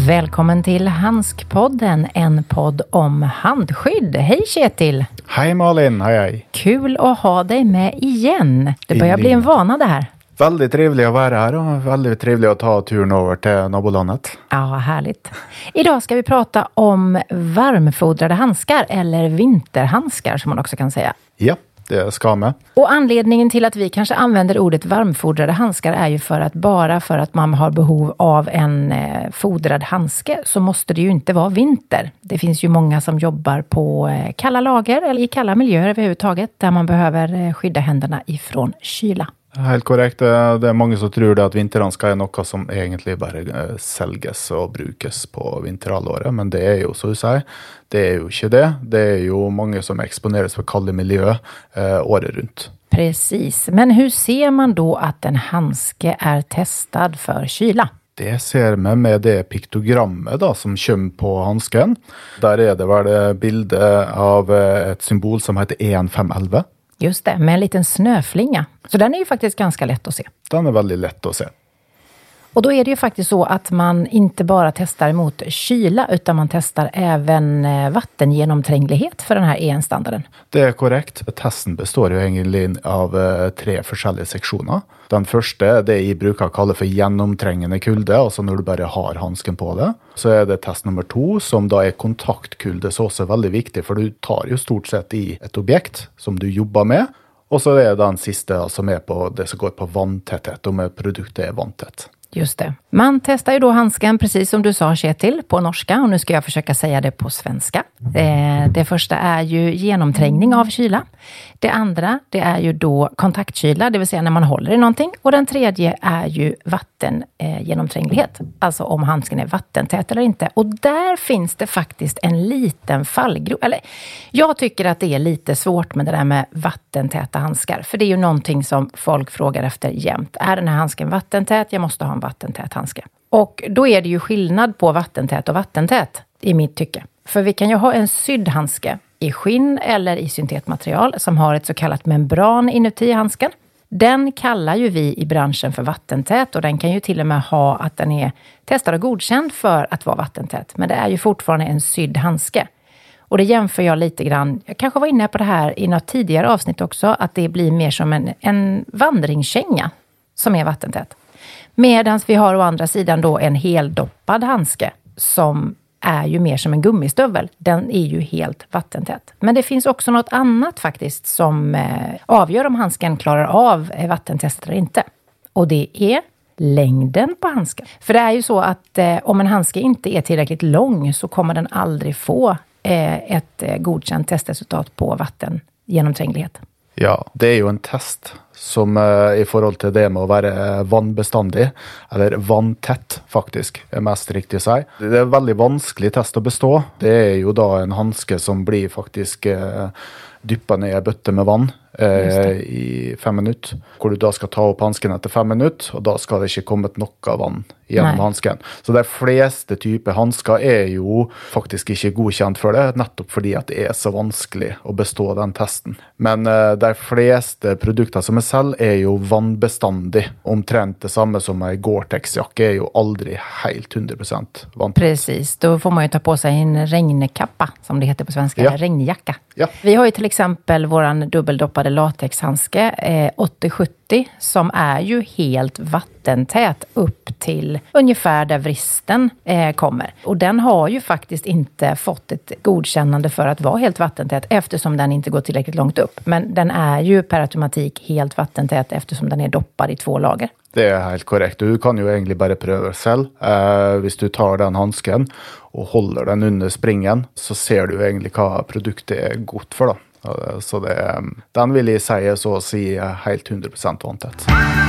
Välkommen till Handskpodden, en podd om handskydd. Hej Kjetil! Hej Malin, hej. Kul att ha dig med igen. Det börjar bli en vana det här. Väldigt trevligt att vara här och väldigt trevligt att ta turen över till nabolandet. Ja, härligt. Idag ska vi prata om varmfodrade handskar eller vinterhandskar som man också kan säga. Ja, det ska med. Och anledningen till att vi kanske använder ordet varmfodrade handskar är ju för att man har behov av en fodrad handske så måste det ju inte vara vinter. Det finns ju många som jobbar på kalla lager eller i kalla miljöer överhuvudtaget där man behöver skydda händerna ifrån kyla. Helt korrekt. Det är många som tror att vinterhandskar är något som egentligen bara säljas och brukas på vinterhalvåret. Men det är ju så att säga. Det är ju inte det. Det är ju många som exponeras för kalla miljö året runt. Precis. Men hur ser man då att en handske är testad för kyla? Det ser man med det piktogrammet då, som kommer på handsken. Där är det väl bilde av ett symbol som heter EN511. Just det, med en liten snöflinga. Så den är ju faktiskt ganska lätt att se. Den är väldigt lätt att se. Och då är det ju faktiskt så att man inte bara testar mot kyla utan man testar även vattengenomtränglighet för den här EN-standarden. Det är korrekt. Testen består ju egentligen av 3 olika sektioner. Den första det är brukar kalla för genomträngande kulde, alltså när du bara har handsken på det. Så är det test nummer 2 som då är kontaktkulde, så också väldigt viktigt för du tar ju stort sett i ett objekt som du jobbar med. Och så är det den sista som är på det som går på vandtäthet, om produktet är vandtätt. Just det. Man testar ju då handsken, precis som du sa Kjetil, på norska. Och nu ska jag försöka säga det på svenska. Det första är ju genomträngning av kyla. Det andra, det är ju då kontaktkyla, det vill säga när man håller i någonting. Och den tredje är ju vattengenomtränglighet. Alltså om handsken är vattentät eller inte. Och där finns det faktiskt en liten fallgrop. Eller, jag tycker att det är lite svårt med det där med vattentäta handskar. För det är ju någonting som folk frågar efter jämt. Är den här handsken vattentät? Jag måste ha en vattentät handske. Och då är det ju skillnad på vattentät och vattentät i mitt tycke. För vi kan ju ha en sydd handske i skinn eller i syntetmaterial som har ett så kallat membran inuti handsken. Den kallar ju vi i branschen för vattentät och den kan ju till och med ha att den är testad och godkänd för att vara vattentät. Men det är ju fortfarande en sydd handske. Och det jämför jag lite grann, jag kanske var inne på det här i något tidigare avsnitt också, att det blir mer som en vandringskänga som är vattentät. Medan vi har å andra sidan då en heldoppad handske som är ju mer som en gummistövel. Den är ju helt vattentät. Men det finns också något annat faktiskt som avgör om handsken klarar av vattentestet eller inte. Och det är längden på handsken. För det är ju så att om en handske inte är tillräckligt lång så kommer den aldrig få ett godkänt testresultat på vattengenomtränglighet. Ja, det är ju en test som i förhåll till det med att vara vannbestandig, eller vanntät faktiskt, är mest riktigt att säga. Det är en väldigt vanskelig test att bestå. Det är ju då en handske som blir faktiskt dyppad ner i bötte med vann i 5 minuter. Hvor du då ska ta upp handsken efter 5 minuter, och då ska det inte komma något vann genom handsken. Så de flesta typer handskar är ju faktiskt inte godkänt för det, nettopp fordi att det är så vanskligt att bestå den testen. Men de flesta produkter som är selv är ju vannbestandig. Omtrent det samme som en Gore-Tex-jacka är ju aldrig helt 100% vanntät. Precis, då får man ju ta på sig en regnkappa som det heter på svenska, ja. Regnjacka. Ja. Vi har ju till exempel våran dubbeldoppade latexhandske 80-70 som är ju helt vattentät upp till ungefär där vristen kommer. Och den har ju faktiskt inte fått ett godkännande för att vara helt vattentät eftersom den inte går tillräckligt långt upp. Men den är ju per automatik helt vattentät eftersom den är doppad i 2 lager. Det är helt korrekt. Du kan ju egentligen bara pröva själv. Hvis du tar den handsken och håller den under springen så ser du egentligen vad produktet är gott för då. Så den vill jag säga så att säga helt 100% vanntät.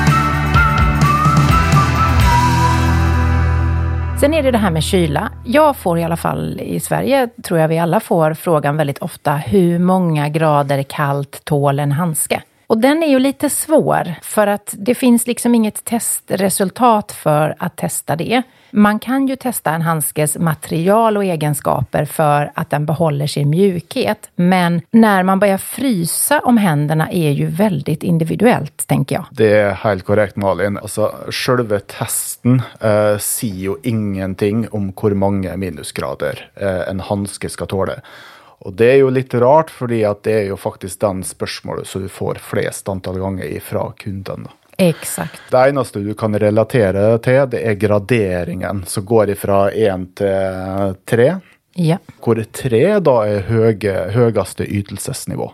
Sen är det här med kyla. Jag får i alla fall i Sverige, tror jag vi alla får frågan väldigt ofta, hur många grader kallt tål en handske? Och den är ju lite svår för att det finns liksom inget testresultat för att testa det. Man kan ju testa en handskes material och egenskaper för att den behåller sin mjukhet. Men när man börjar frysa om händerna är ju väldigt individuellt, tänker jag. Det är helt korrekt, Malin. Alltså, själva testen säger ju ingenting om hur många minusgrader en handske ska tåla. Och det är ju lite rart, fordi at det är ju faktiskt den spørsmålet som du får flest antal gånger ifrån kunden. Exakt. Det eneste du kan relatera till, det är graderingen som går ifrån 1 till 3. Ja. Hvor 3 då är högaste ytelsesnivå.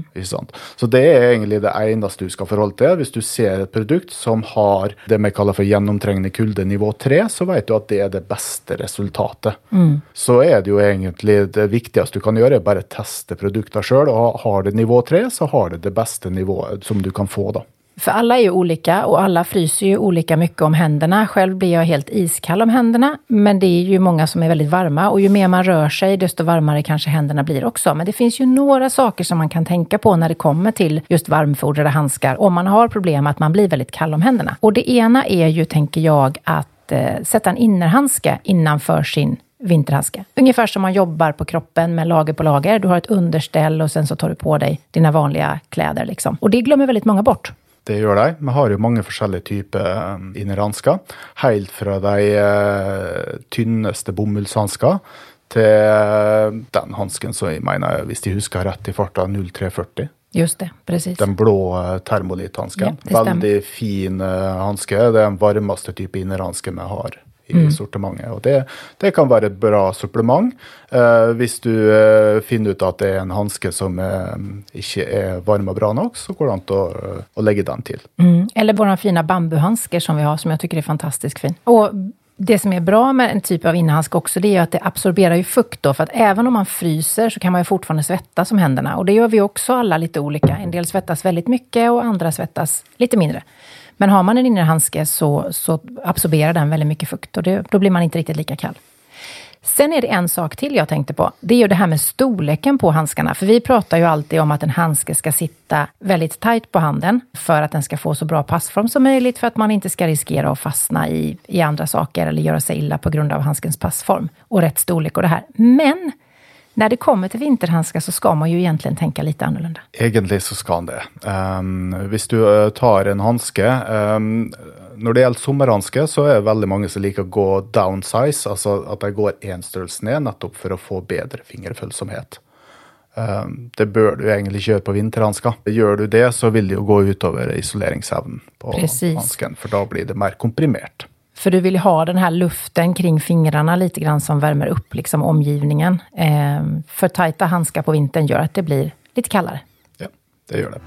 Så det är egentligen det eneste du ska förhålla till. Hvis du ser ett produkt som har det vi kallar för genomträngande kulde nivå 3, så vet du att det är det bästa resultatet. Så är det ju egentligen det viktigaste du kan göra, bara testa produkter själv, och har det nivå 3 så har det bästa nivået som du kan få då. För alla är ju olika och alla fryser ju olika mycket om händerna. Själv blir jag helt iskall om händerna, men det är ju många som är väldigt varma. Och ju mer man rör sig, desto varmare kanske händerna blir också. Men det finns ju några saker som man kan tänka på när det kommer till just varmfodrade handskar. Om man har problem att man blir väldigt kall om händerna. Och det ena är ju, tänker jag, att sätta en innerhandske innanför sin vinterhandske. Ungefär som man jobbar på kroppen med lager på lager. Du har ett underställ och sen så tar du på dig dina vanliga kläder liksom. Och det glömmer väldigt många bort. Det gör det. Vi har ju många forskjellige typer innerhandsker. Helt från de tynnaste bomullshandsker till den handsken som jag menar, hvis de husker rätt i farta, 0340. Just det, precis. Den blå termolithandsken. Ja, väldigt fin handske. Det är den varmaste typen innerhandske vi har i sortimentet. Och det kan vara ett bra supplement. Hvis du finner ut att det är en handske som inte är varm och bra nog, så går det an att lägga den till. Eller våra fina bambuhandskar som vi har, som jag tycker är fantastiskt fin. Och det som är bra med en typ av innerhandske också, det är ju att det absorberar ju fukt då. För att även om man fryser så kan man ju fortfarande svettas om händerna. Och det gör vi också alla lite olika. En del svettas väldigt mycket och andra svettas lite mindre. Men har man en innerhandske så absorberar den väldigt mycket fukt och då blir man inte riktigt lika kall. Sen är det en sak till jag tänkte på. Det är ju det här med storleken på handskarna. För vi pratar ju alltid om att en handske ska sitta väldigt tajt på handen för att den ska få så bra passform som möjligt, för att man inte ska riskera att fastna i andra saker eller göra sig illa på grund av handskens passform och rätt storlek och det här. Men när det kommer till vinterhandskar så ska man ju egentligen tänka lite annorlunda. Egentligen så ska det. Hvis du tar en handske, när det gäller sommarhandske så är det väldigt många som liker att gå downsize, alltså att det går en størrelse ned nettopp för att få bättre fingerfølsomhet. Det bör du egentligen göra på vinterhandskar. Gör du det så vill det ju gå ut över isoleringsevnen på handsken, för då blir det mer komprimerat. För du vill ha den här luften kring fingrarna lite grann som värmer upp liksom omgivningen. För tajta handskar på vintern gör att det blir lite kallare. Ja, det gör det.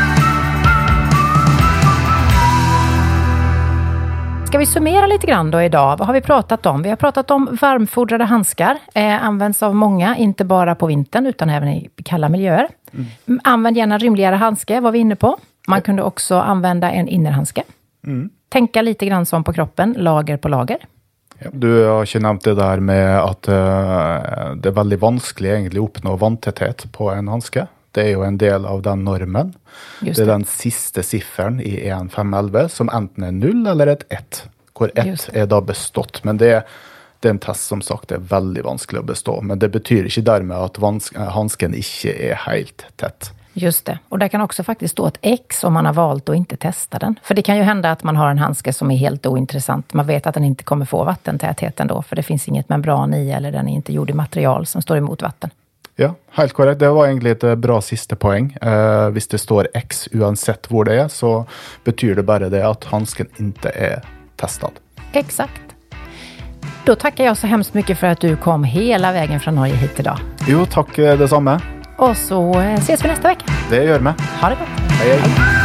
Ska vi summera lite grann då idag? Vad har vi pratat om? Vi har pratat om varmfodrade handskar. Används av många, inte bara på vintern utan även i kalla miljöer. Använd gärna rymligare handske, var vi inne på. Man kunde också använda en innerhandske. Tänka lite grann som på kroppen, lager på lager. Ja, du har inte nämnt det där med att det är väldigt vanskligt egentligen att uppnå vanntäthet på en handske. Det är ju en del av den normen. Det är den sista siffran i 1.511 som enten är 0 eller ett 1. Hvor 1 är då bestått. Men det är en test som sagt är väldigt vanskligt att bestå. Men det betyder inte därmed att handsken inte är helt tätt. Just det. Och där kan också faktiskt stå ett X om man har valt att inte testa den. För det kan ju hända att man har en handske som är helt ointressant. Man vet att den inte kommer få vattentätheten då. För det finns inget membran i, eller den är inte gjord i material som står emot vatten. Ja, helt korrekt. Det var egentligen ett bra sista poäng. Hvis det står X oavsett var det är, så betyder det bara det att handsken inte är testad. Exakt. Då tackar jag så hemskt mycket för att du kom hela vägen från Norge hit idag. Jo, tack detsamma. Och så ses vi nästa vecka. Det gör vi. Ha det gott. Hej, hej.